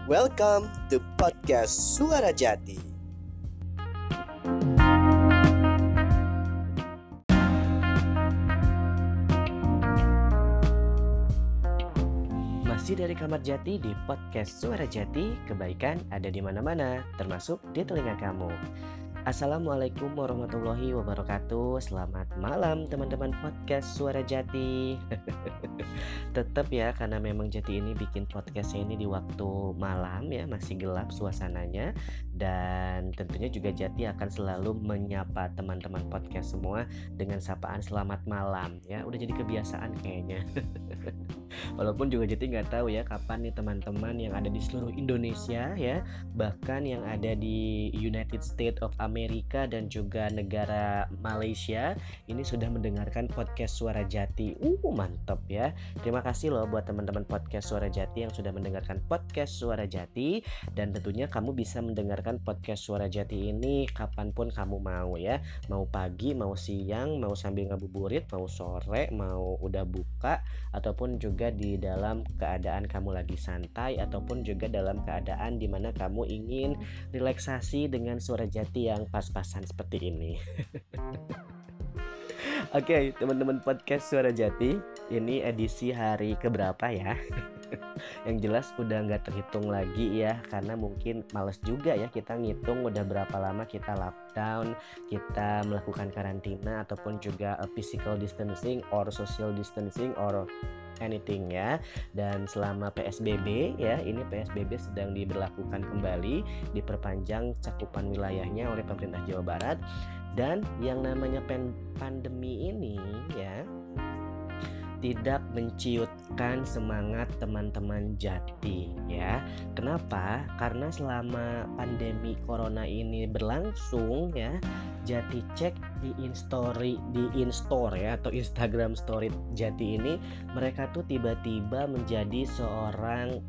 Welcome to podcast Suara Jati. Masih dari Kamar Jati di podcast Suara Jati, kebaikan ada di mana-mana, termasuk di telinga kamu. Assalamualaikum warahmatullahi wabarakatuh. Selamat malam teman-teman podcast Suara Jati. Tetap ya, karena memang Jati ini bikin podcastnya ini di waktu malam ya, masih gelap suasananya. Dan tentunya juga Jati akan selalu menyapa teman-teman podcast semua dengan sapaan selamat malam ya. Udah jadi kebiasaan kayaknya. Walaupun juga Jati nggak tahu ya kapan nih teman-teman yang ada di seluruh Indonesia ya, bahkan yang ada di United States of America dan juga negara Malaysia ini sudah mendengarkan podcast Suara Jati. Mantap ya. Terima kasih loh buat teman-teman podcast Suara Jati yang sudah mendengarkan podcast Suara Jati. Dan tentunya kamu bisa mendengarkan podcast Suara Jati ini kapanpun kamu mau ya. Mau pagi, mau siang, mau sambil ngabuburit, mau sore, mau udah buka, ataupun juga di dalam keadaan kamu lagi santai, ataupun juga dalam keadaan dimana kamu ingin relaksasi dengan Suara Jati yang pas-pasan seperti ini. Oke, teman-teman podcast Suara Jati, ini edisi hari keberapa ya? Yang jelas udah gak terhitung lagi ya, karena mungkin males juga ya kita ngitung udah berapa lama kita lockdown, kita melakukan karantina, ataupun juga physical distancing or social distancing or anything ya. Dan selama PSBB ya, ini PSBB sedang diberlakukan kembali, diperpanjang cakupan wilayahnya oleh pemerintah Jawa Barat. Dan yang namanya pandemi ini ya tidak menciutkan semangat teman-teman Jati ya. Kenapa? Karena selama pandemi corona ini berlangsung ya, Jati cek di Instastory ya, atau Instagram story Jati ini, mereka tuh tiba-tiba menjadi seorang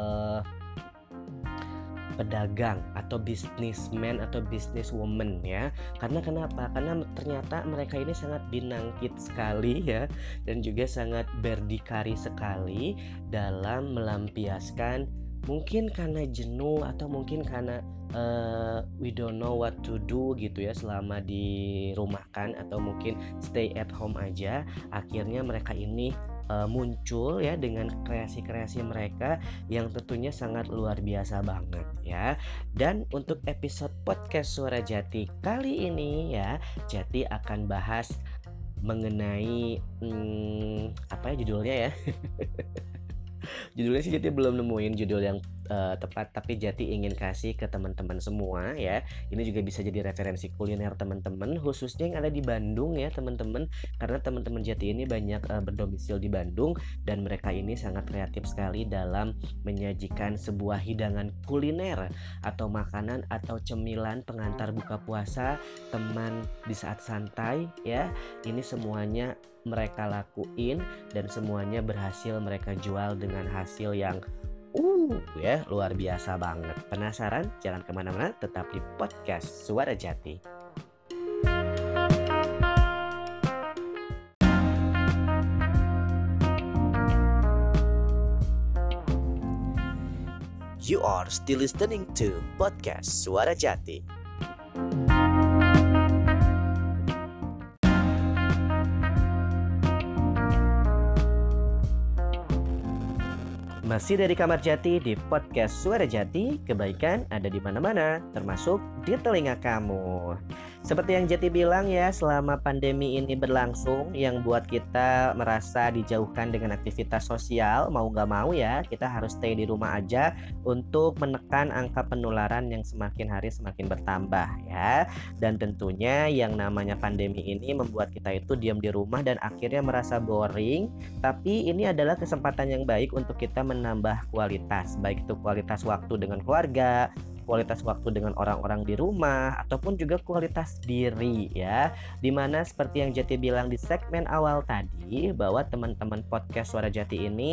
pedagang atau businessman atau businesswoman ya. Karena kenapa? Karena ternyata mereka ini sangat binangkit sekali ya, dan juga sangat berdikari sekali dalam melampiaskan, mungkin karena jenuh atau mungkin karena we don't know what to do gitu ya selama dirumahkan, atau mungkin stay at home aja. Akhirnya mereka ini muncul ya dengan kreasi-kreasi mereka yang tentunya sangat luar biasa banget ya. Dan untuk episode podcast Suara Jati kali ini ya, Jati akan bahas mengenai apa ya judulnya ya. Judulnya sih Jati belum nemuin judul yang tepat, tapi Jati ingin kasih ke teman-teman semua ya. Ini juga bisa jadi referensi kuliner teman-teman, khususnya yang ada di Bandung ya teman-teman, karena teman-teman Jati ini banyak berdomisil di Bandung, dan mereka ini sangat kreatif sekali dalam menyajikan sebuah hidangan kuliner atau makanan atau cemilan pengantar buka puasa teman di saat santai ya. Ini semuanya mereka lakuin dan semuanya berhasil mereka jual dengan hasil yang ya luar biasa banget. Penasaran? Jangan kemana-mana, tetap di podcast Suara Jati. You are still listening to podcast Suara Jati. Masih dari Kamar Jati di podcast Suara Jati, kebaikan ada di mana-mana, termasuk di telinga kamu. Seperti yang Jati bilang ya, selama pandemi ini berlangsung, yang buat kita merasa dijauhkan dengan aktivitas sosial, mau gak mau ya, kita harus stay di rumah aja untuk menekan angka penularan yang semakin hari semakin bertambah ya. Dan tentunya yang namanya pandemi ini membuat kita itu diam di rumah dan akhirnya merasa boring. Tapi ini adalah kesempatan yang baik untuk kita menambah kualitas, baik itu kualitas waktu dengan keluarga, kualitas waktu dengan orang-orang di rumah, ataupun juga kualitas diri ya. Dimana seperti yang Jati bilang di segmen awal tadi, bahwa teman-teman podcast Suara Jati ini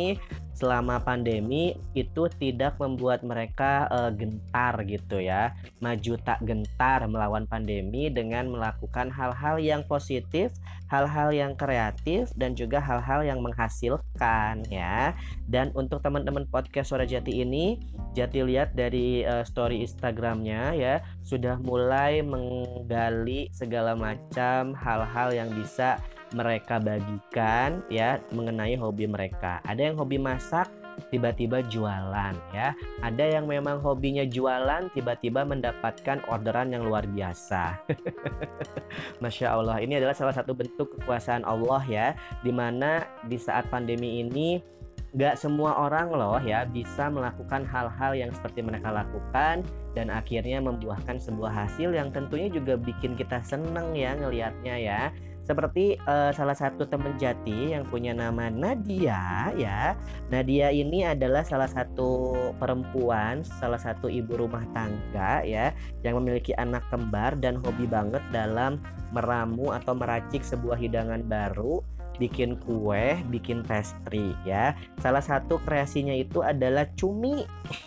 selama pandemi itu tidak membuat mereka gentar gitu ya, maju tak gentar melawan pandemi dengan melakukan hal-hal yang positif, hal-hal yang kreatif dan juga hal-hal yang menghasilkan ya. Dan untuk teman-teman podcast Suara Jati ini, Jati lihat dari story Instagramnya ya, sudah mulai menggali segala macam hal-hal yang bisa mereka bagikan ya mengenai hobi mereka. Ada yang hobi masak, tiba-tiba jualan ya. Ada yang memang hobinya jualan, tiba-tiba mendapatkan orderan yang luar biasa. Masya Allah, ini adalah salah satu bentuk kekuasaan Allah ya, dimana di saat pandemi ini gak semua orang loh ya bisa melakukan hal-hal yang seperti mereka lakukan dan akhirnya membuahkan sebuah hasil yang tentunya juga bikin kita seneng ya ngelihatnya ya. Seperti salah satu teman Jati yang punya nama Nadia ya. Nadia ini adalah salah satu perempuan, salah satu ibu rumah tangga ya, yang memiliki anak kembar dan hobi banget dalam meramu atau meracik sebuah hidangan baru, bikin kue, bikin pastry ya. Salah satu kreasinya itu adalah cumi.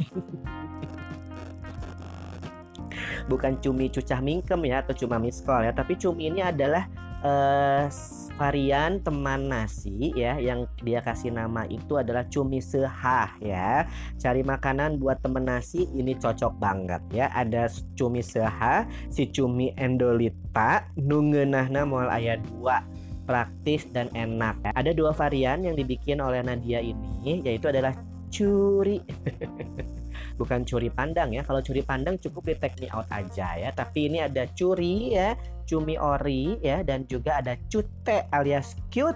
Bukan cumi cucah mingkem ya atau cuma miskol ya, tapi cumi ini adalah varian teman nasi ya, yang dia kasih nama itu adalah cumi sehah ya. Cari makanan buat temen nasi ini cocok banget ya. Ada cumi sehah, si cumi endolita, nungeunahna moal aya 2, praktis dan enak ya. Ada 2 varian yang dibikin oleh Nadia ini, yaitu adalah curi bukan curi pandang ya. Kalau curi pandang cukup di take me out aja ya, tapi ini ada curi ya, cumi ori ya, dan juga ada cute alias cute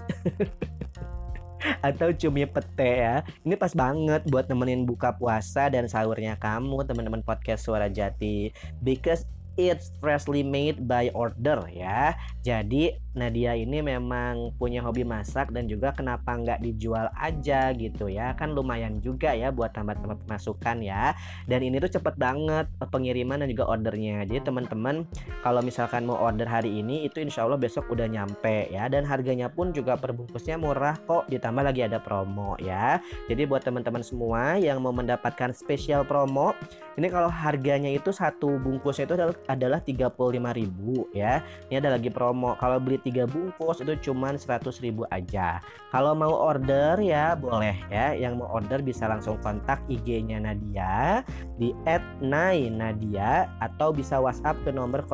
atau cumi pete ya. Ini pas banget buat nemenin buka puasa dan sahurnya kamu teman-teman podcast Suara Jati, because it's freshly made by order ya. Jadi Nadia ini memang punya hobi masak dan juga kenapa nggak dijual aja gitu ya. Kan lumayan juga ya buat tambah-tambah pemasukan ya. Dan ini tuh cepet banget pengiriman dan juga ordernya. Jadi teman-teman kalau misalkan mau order hari ini itu insya Allah besok udah nyampe ya. Dan harganya pun juga perbungkusnya murah kok, ditambah lagi ada promo ya. Jadi buat teman-teman semua yang mau mendapatkan spesial promo, ini kalau harganya itu satu bungkusnya itu adalah 35.000 ya. Ini ada lagi promo. Kalau beli 3 bungkus itu cuman 100.000 aja. Kalau mau order ya boleh ya. Yang mau order bisa langsung kontak IG-nya Nadia di @nai_nadia atau bisa WhatsApp ke nomor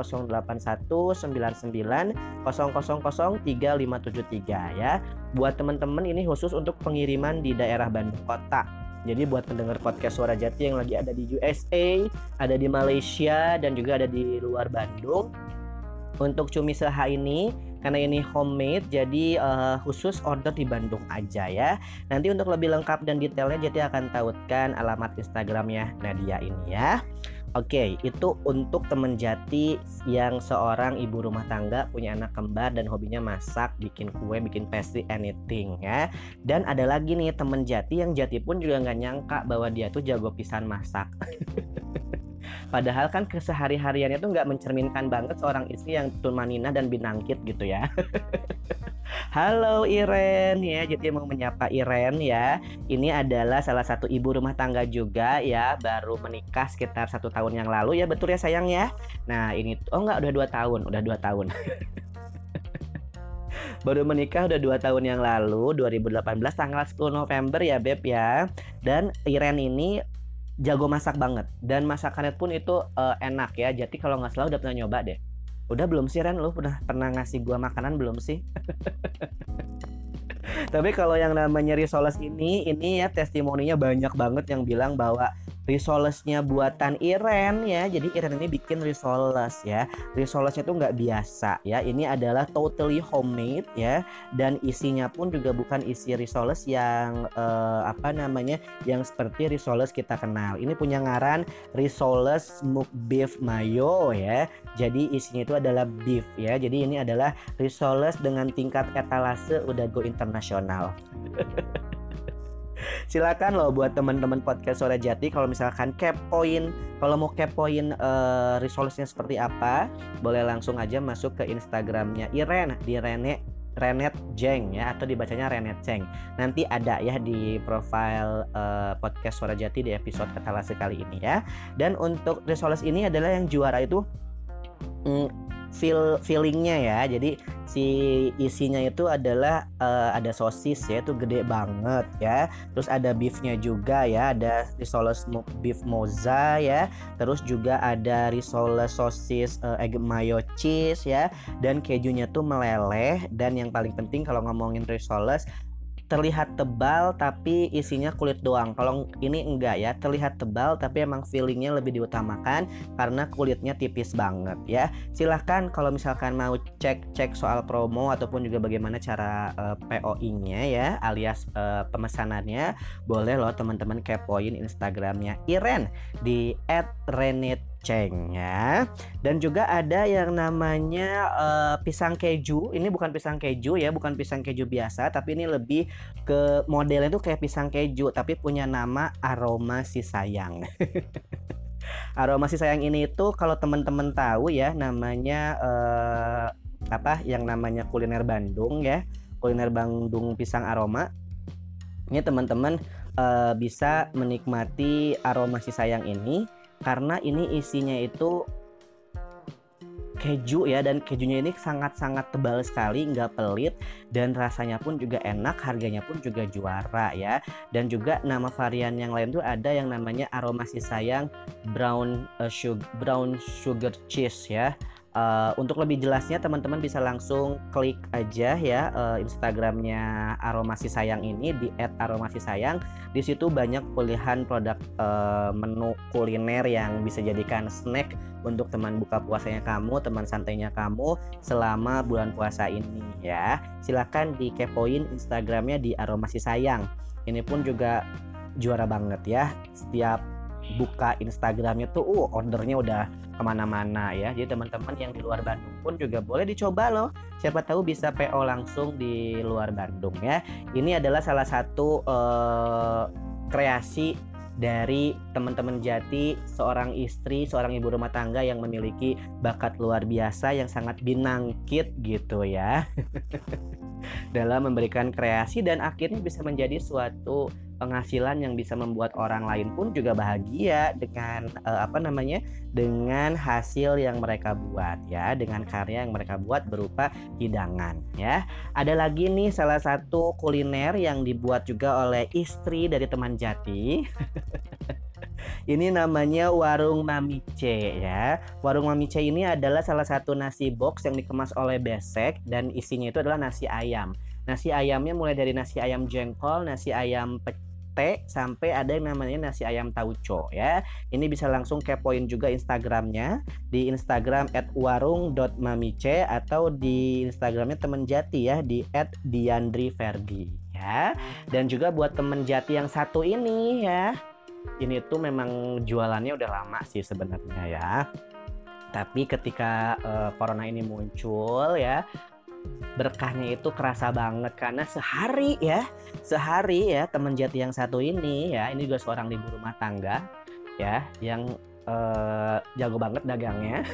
081990003573 ya. Buat teman-teman ini khusus untuk pengiriman di daerah Bandung Kota. Jadi buat pendengar podcast Suara Jati yang lagi ada di USA, ada di Malaysia, dan juga ada di luar Bandung, untuk cumi seha ini karena ini homemade jadi khusus order di Bandung aja ya. Nanti untuk lebih lengkap dan detailnya Jati akan tautkan alamat Instagramnya Nadia ini ya. Oke, itu untuk temen Jati yang seorang ibu rumah tangga, punya anak kembar dan hobinya masak, bikin kue, bikin pastry, anything ya. Dan ada lagi nih temen Jati yang Jati pun juga nggak nyangka bahwa dia tuh jago pisan masak. Padahal kan kesehari-hariannya tuh nggak mencerminkan banget seorang istri yang tumanina dan binangkit gitu ya. Halo Iren ya, jadi mau menyapa Iren ya. Ini adalah salah satu ibu rumah tangga juga ya, baru menikah sekitar 1 tahun yang lalu ya, betul ya sayang ya. Nah ini, oh enggak, udah 2 tahun, udah 2 tahun. Baru menikah udah 2 tahun yang lalu, 2018 tanggal 10 November ya Beb ya. Dan Iren ini jago masak banget dan masakannya pun itu enak ya. Jadi kalau nggak salah udah pernah nyoba deh. Udah belum sih Ren? Lu pernah ngasih gua makanan belum sih? Tapi kalau yang namanya risoles ini ya testimoninya banyak banget yang bilang bahwa risolesnya buatan Iren ya. Jadi Iren ini bikin risoles ya. Risolesnya tuh nggak biasa ya. Ini adalah totally homemade ya. Dan isinya pun juga bukan isi risoles yang yang seperti risoles kita kenal. Ini punya ngaran risoles smoked beef mayo ya. Jadi isinya itu adalah beef ya. Jadi ini adalah risoles dengan tingkat etalase udah go internasional. Silakan loh buat teman-teman podcast Suara Jati kalau misalkan mau kepoin risolesnya seperti apa, boleh langsung aja masuk ke Instagramnya Iren di Rene Renet Jeng ya, atau dibacanya Renet Jeng. Nanti ada ya di profile podcast Suara Jati di episode etalase kali ini ya. Dan untuk Risoles ini adalah yang juara itu feelingnya ya. Jadi si isinya itu adalah ada sosis ya, itu gede banget ya. Terus ada beefnya juga ya, ada risoles beef mozza ya. Terus juga ada risoles sosis egg mayo cheese ya. Dan kejunya tuh meleleh. Dan yang paling penting kalau ngomongin risoles, terlihat tebal tapi isinya kulit doang. Kalau ini enggak ya, terlihat tebal tapi emang feelingnya lebih diutamakan karena kulitnya tipis banget ya. Silahkan kalau misalkan mau cek soal promo ataupun juga bagaimana cara POI-nya ya, alias pemesanannya, boleh loh teman-teman kepoin Instagramnya Iren di @renitceng ya. Dan juga ada yang namanya pisang keju. Ini bukan pisang keju ya, bukan pisang keju biasa, tapi ini lebih ke modelnya tuh kayak pisang keju tapi punya nama Aroma Si Sayang. Aroma Si Sayang ini itu kalau teman-teman tahu ya, namanya yang namanya kuliner Bandung ya, kuliner Bandung pisang aroma. Ini teman-teman bisa menikmati Aroma Si Sayang ini karena ini isinya itu keju ya, dan kejunya ini sangat-sangat tebal sekali, nggak pelit, dan rasanya pun juga enak, harganya pun juga juara ya. Dan juga nama varian yang lain tuh ada yang namanya Aroma Si Sayang brown sugar cheese ya. Untuk lebih jelasnya teman-teman bisa langsung klik aja ya Instagramnya Aroma Si Sayang ini di @aromasisayang. Di situ banyak pilihan produk menu kuliner yang bisa jadikan snack untuk teman buka puasanya kamu, teman santainya kamu selama bulan puasa ini ya. Silakan dikepoin Instagramnya di Aroma Si Sayang. Ini pun juga juara banget ya. Setiap buka Instagramnya tuh ordernya udah kemana-mana ya. Jadi teman-teman yang di luar Bandung pun juga boleh dicoba loh, siapa tahu bisa PO langsung di luar Bandung ya. Ini adalah salah satu kreasi dari teman-teman Jati, seorang istri, seorang ibu rumah tangga yang memiliki bakat luar biasa, yang sangat binangkit gitu ya dalam memberikan kreasi, dan akhirnya bisa menjadi suatu penghasilan yang bisa membuat orang lain pun juga bahagia dengan dengan hasil yang mereka buat ya, dengan karya yang mereka buat berupa hidangan ya. Ada lagi nih salah satu kuliner yang dibuat juga oleh istri dari teman Jati. Ini namanya Warung Mami C ya. Warung Mami C ini adalah salah satu nasi box yang dikemas oleh Besek, dan isinya itu adalah nasi ayam. Nasi ayamnya mulai dari nasi ayam jengkol, nasi ayam pete, sampai ada yang namanya nasi ayam tauco ya. Ini bisa langsung kepoin juga Instagramnya di Instagram @warung.mamice atau di Instagramnya temen Jati ya di @diandriverdi ya. Dan juga buat temen Jati yang satu ini ya, ini tuh memang jualannya udah lama sih sebenarnya ya. Tapi ketika corona ini muncul ya, berkahnya itu kerasa banget karena sehari ya teman Jati yang satu ini ya, ini juga seorang ibu rumah tangga ya yang jago banget dagangnya.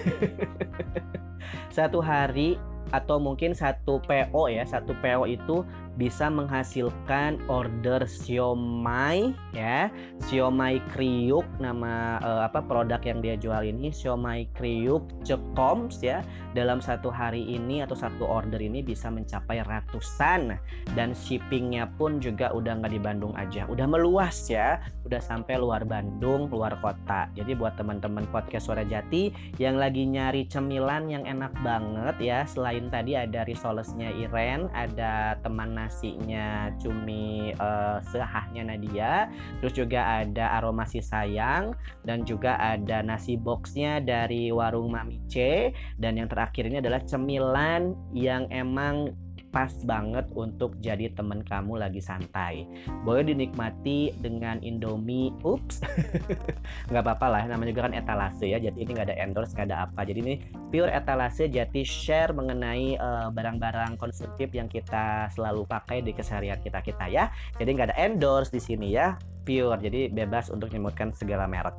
Satu hari atau mungkin satu PO ya, satu PO itu bisa menghasilkan order siomay ya, siomay kriuk, nama produk yang dia jual ini siomay kriuk cekoms ya. Dalam satu hari ini atau satu order ini bisa mencapai ratusan, dan shippingnya pun juga udah nggak di Bandung aja, udah meluas ya, udah sampai luar Bandung, luar kota. Jadi buat teman-teman podcast Suara Jati yang lagi nyari cemilan yang enak banget ya, selain tadi ada risolesnya Iren, ada teman nasinya cumi sehahnya Nadia, terus juga ada Aroma Si Sayang, dan juga ada nasi boxnya dari Warung Mami C, dan yang terakhir ini adalah cemilan yang emang pas banget untuk jadi temen kamu lagi santai. Boleh dinikmati dengan Indomie, nggak apa-apa lah, namanya juga kan etalase ya. Jadi ini nggak ada endorse, nggak ada apa. Jadi ini pure etalase Jati share mengenai barang-barang konsumtif yang kita selalu pakai di keseharian kita ya. Jadi nggak ada endorse di sini ya. pure, jadi bebas untuk menyebutkan segala merek.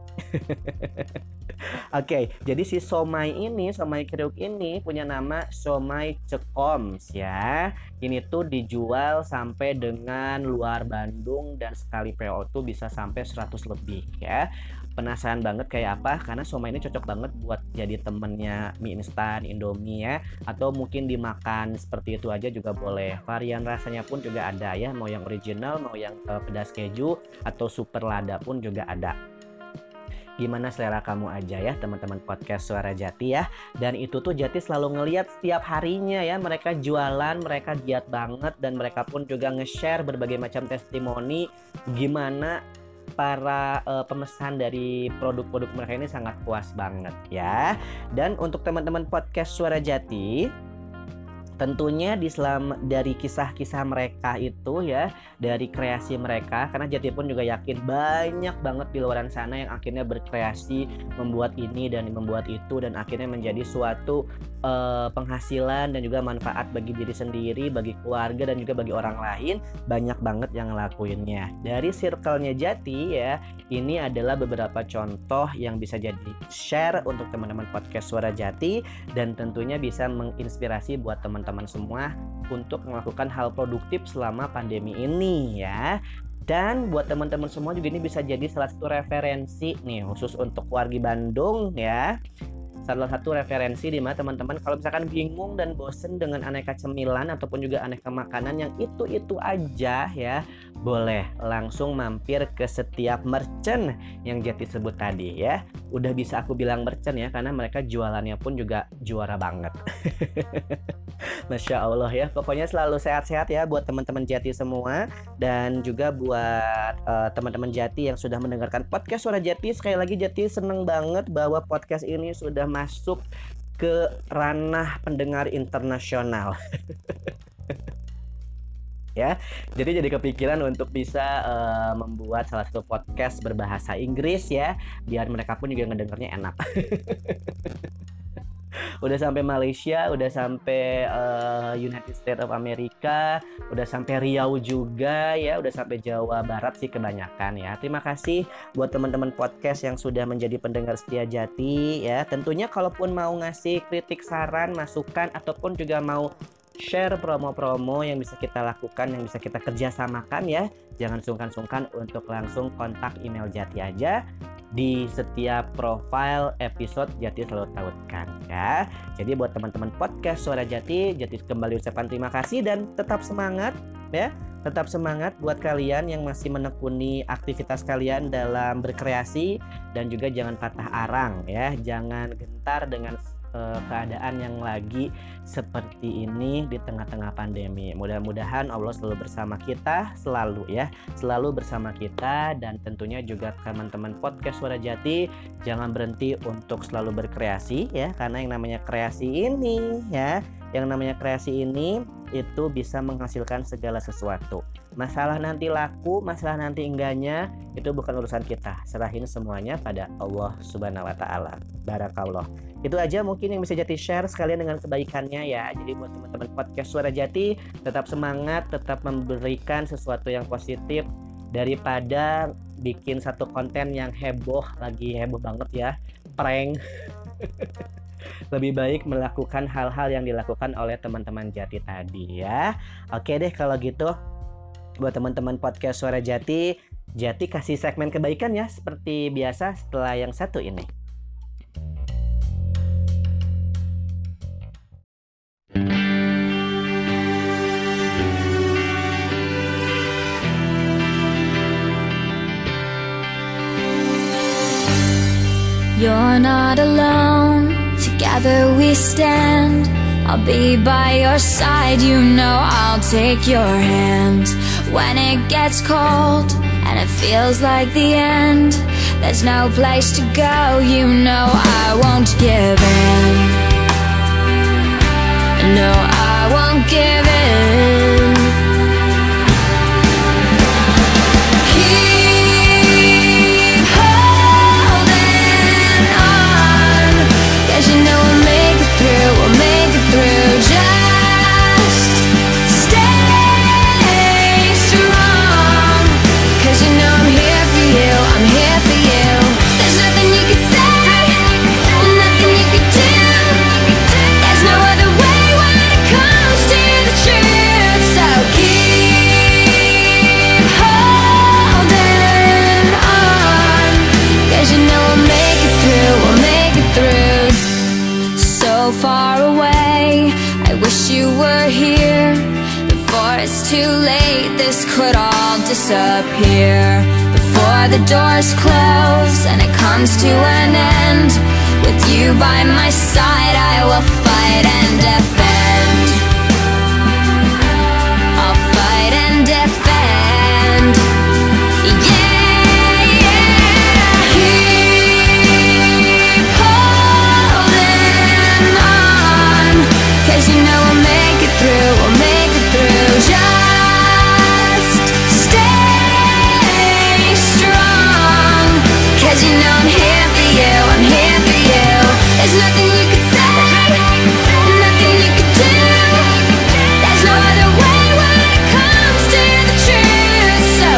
Oke, jadi si somai kriuk ini punya nama somai cekoms ya. Ini tuh dijual sampai dengan luar Bandung dan sekali PO tuh bisa sampai 100 lebih ya. Penasaran banget kayak apa? Karena somai ini cocok banget buat jadi temennya mie instan, Indomie ya. Atau mungkin dimakan seperti itu aja juga boleh. Varian rasanya pun juga ada ya. Mau yang original, mau yang pedas keju, atau super lada pun juga ada. Gimana selera kamu aja ya teman-teman podcast Suara Jati ya. Dan itu tuh Jati selalu ngeliat setiap harinya ya, mereka jualan, mereka giat banget, dan mereka pun juga nge-share berbagai macam testimoni gimana para pemesan dari produk-produk mereka ini sangat puas banget ya. Dan untuk teman-teman podcast Suara Jati, tentunya dari kisah-kisah mereka itu ya, dari kreasi mereka, karena Jati pun juga yakin banyak banget di luar sana yang akhirnya berkreasi, membuat ini dan membuat itu, dan akhirnya menjadi suatu penghasilan dan juga manfaat bagi diri sendiri, bagi keluarga, dan juga bagi orang lain. Banyak banget yang ngelakuinnya. Dari circle-nya Jati ya, ini adalah beberapa contoh yang bisa jadi share untuk teman-teman podcast Suara Jati, dan tentunya bisa menginspirasi buat teman-teman semua untuk melakukan hal produktif selama pandemi ini ya. Dan buat teman-teman semua juga ini bisa jadi salah satu referensi nih khusus untuk wargi Bandung ya. Salah satu referensi di mana teman-teman kalau misalkan bingung dan bosen dengan aneka cemilan ataupun juga aneka makanan yang itu-itu aja ya, boleh langsung mampir ke setiap merchant yang Jati sebut tadi ya. Udah bisa aku bilang merchant ya, karena mereka jualannya pun juga juara banget. Masya Allah ya, pokoknya selalu sehat-sehat ya buat teman-teman Jati semua. Dan juga buat teman-teman Jati yang sudah mendengarkan podcast Suara Jati, sekali lagi Jati seneng banget bahwa podcast ini sudah masuk ke ranah pendengar internasional. Ya, jadi kepikiran untuk bisa membuat salah satu podcast berbahasa Inggris ya, biar mereka pun juga ngedengarnya enak. Udah sampai Malaysia, udah sampai United States of America, udah sampai Riau juga ya, udah sampai Jawa Barat sih kebanyakan ya. Terima kasih buat teman-teman podcast yang sudah menjadi pendengar setia Jati ya. Tentunya kalaupun mau ngasih kritik, saran, masukan, ataupun juga mau share promo-promo yang bisa kita lakukan, yang bisa kita kerjasamakan ya, jangan sungkan-sungkan untuk langsung kontak email Jati aja. Di setiap profile episode Jati selalu tautkan ya. Jadi buat teman-teman podcast Suara Jati, Jati kembali ucapkan terima kasih dan tetap semangat ya. Tetap semangat buat kalian yang masih menekuni aktivitas kalian dalam berkreasi, dan juga jangan patah arang ya. Jangan gentar dengan keadaan yang lagi seperti ini di tengah-tengah pandemi. Mudah-mudahan Allah selalu bersama kita, selalu ya, selalu bersama kita. Dan tentunya juga teman-teman podcast Suara Jati, jangan berhenti untuk selalu berkreasi ya, karena yang namanya kreasi ini ya, yang namanya kreasi ini itu bisa menghasilkan segala sesuatu. Masalah nanti laku, masalah nanti enggaknya, itu bukan urusan kita. Serahin semuanya pada Allah Subhanahu wa Ta'ala. Barakallah. Itu aja mungkin yang bisa Jati share sekalian dengan kebaikannya ya. Jadi buat teman-teman podcast Suara Jati, tetap semangat, tetap memberikan sesuatu yang positif daripada bikin satu konten yang heboh, lagi heboh banget ya, prank. Lebih baik melakukan hal-hal yang dilakukan oleh teman-teman Jati tadi ya. Oke deh kalau gitu, buat teman-teman podcast Suara Jati, Jati kasih segmen kebaikan ya, seperti biasa setelah yang satu ini. You're not alone, together we stand. I'll be by your side, you know I'll take your hand. When it gets cold and it feels like the end, there's no place to go, you know I won't give in. No, I won't give in. Just stay strong, 'cause you know I'm here this could all disappear before the doors close and it comes to an end. With you by my side, I will fight and defend. I'll fight and defend. Yeah, yeah. Keep holding on, 'cause you know we'll make it through, we'll make it through. Just stay strong, 'cause you know I'm here for you, I'm here for you. There's nothing you could say, nothing you could do. There's no other way when it comes to the truth. So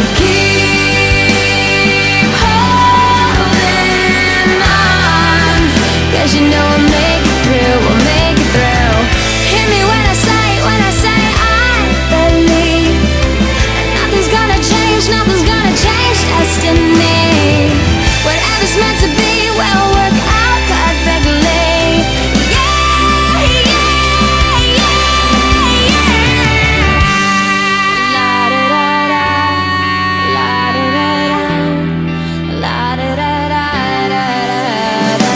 keep holding on, 'cause you know we'll make it through, we'll make it through. Hear me when I say I believe nothing's gonna change destiny. Whatever's meant to be will work out perfectly. Yeah, yeah, yeah, yeah. La da da da, la da da da, la da da da da da.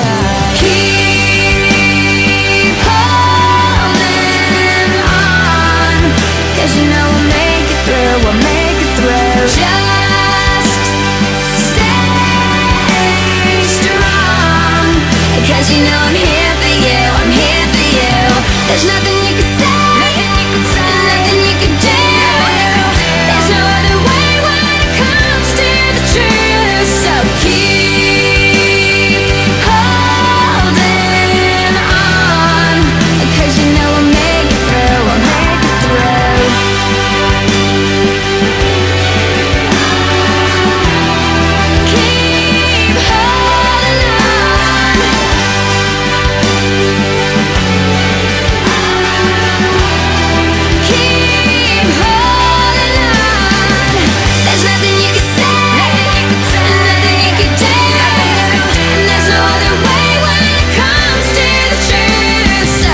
Keep holding on, 'cause you know we'll make it through, we'll make it through. Just stay strong, 'cause you know I'm here for you, I'm here for you. There's nothing you could say, nothing you could do. There's no other way when it comes to the truth. So keep holding on, 'cause you know we'll make it through, we'll make it through. Keep holding on. Keep holding on. There's nothing you could say, nothing you could do. And there's no other way when it comes to the truth. So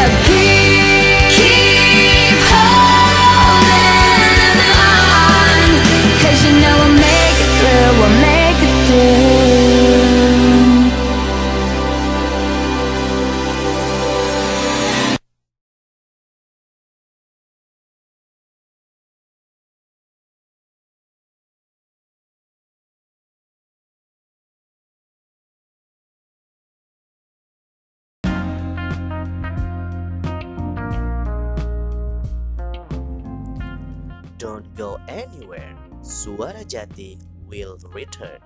keep holding on, 'cause you know we'll make it through, we'll make it through. Don't go anywhere. Suara Jati will return.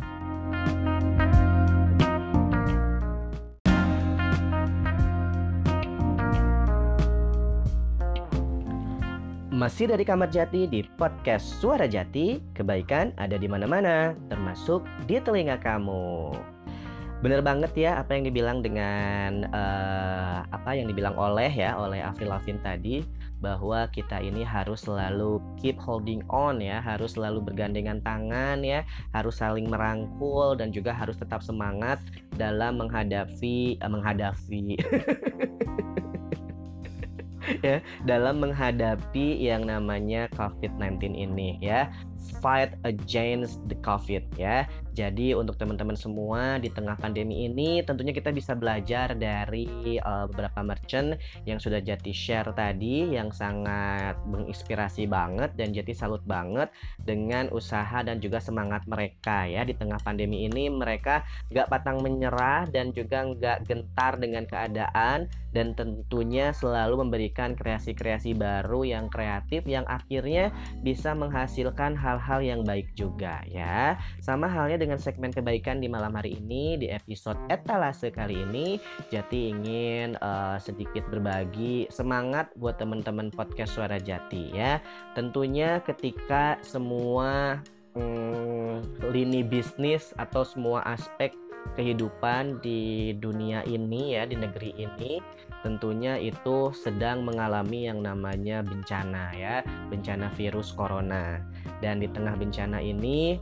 Masih dari Kamar Jati di podcast Suara Jati, kebaikan ada di mana-mana, termasuk di telinga kamu. Bener banget ya apa yang dibilang dengan apa yang dibilang oleh Avril Lavigne tadi, bahwa kita ini harus selalu keep holding on ya, harus selalu bergandengan tangan ya, harus saling merangkul dan juga harus tetap semangat dalam menghadapi ya, dalam menghadapi yang namanya COVID-19 ini ya. Fight against the COVID ya. Jadi untuk teman-teman semua di tengah pandemi ini tentunya kita bisa belajar dari beberapa merchant yang sudah Jati share tadi, yang sangat menginspirasi banget, dan Jati salut banget dengan usaha dan juga semangat mereka ya. Di tengah pandemi ini mereka gak pantang menyerah dan juga gak gentar dengan keadaan, dan tentunya selalu memberikan kreasi-kreasi baru yang kreatif yang akhirnya bisa menghasilkan hal-hal yang baik juga ya. Sama halnya dengan segmen kebaikan di malam hari ini, di episode etalase kali ini Jati ingin sedikit berbagi semangat buat teman-teman podcast Suara Jati ya. Tentunya ketika semua lini bisnis atau semua aspek kehidupan di dunia ini ya, di negeri ini tentunya itu sedang mengalami yang namanya bencana ya, bencana virus corona. Dan di tengah bencana ini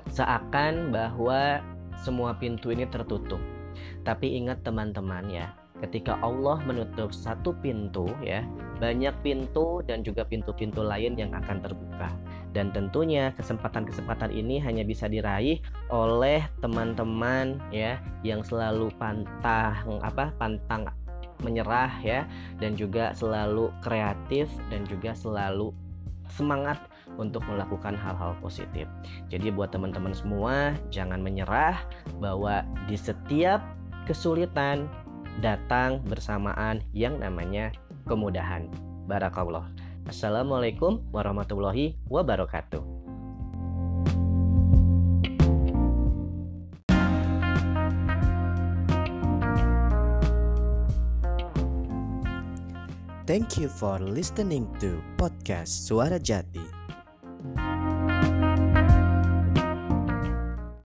seakan bahwa semua pintu ini tertutup. Tapi ingat teman-teman ya, ketika Allah menutup satu pintu ya, banyak pintu dan juga pintu-pintu lain yang akan terbuka. Dan tentunya kesempatan-kesempatan ini hanya bisa diraih oleh teman-teman ya yang selalu pantang menyerah ya, dan juga selalu kreatif dan juga selalu semangat untuk melakukan hal-hal positif. Jadi buat teman-teman semua, jangan menyerah, bahwa di setiap kesulitan datang bersamaan yang namanya kemudahan. Barakallah. Assalamualaikum warahmatullahi wabarakatuh. Thank you for listening to podcast Suara Jati.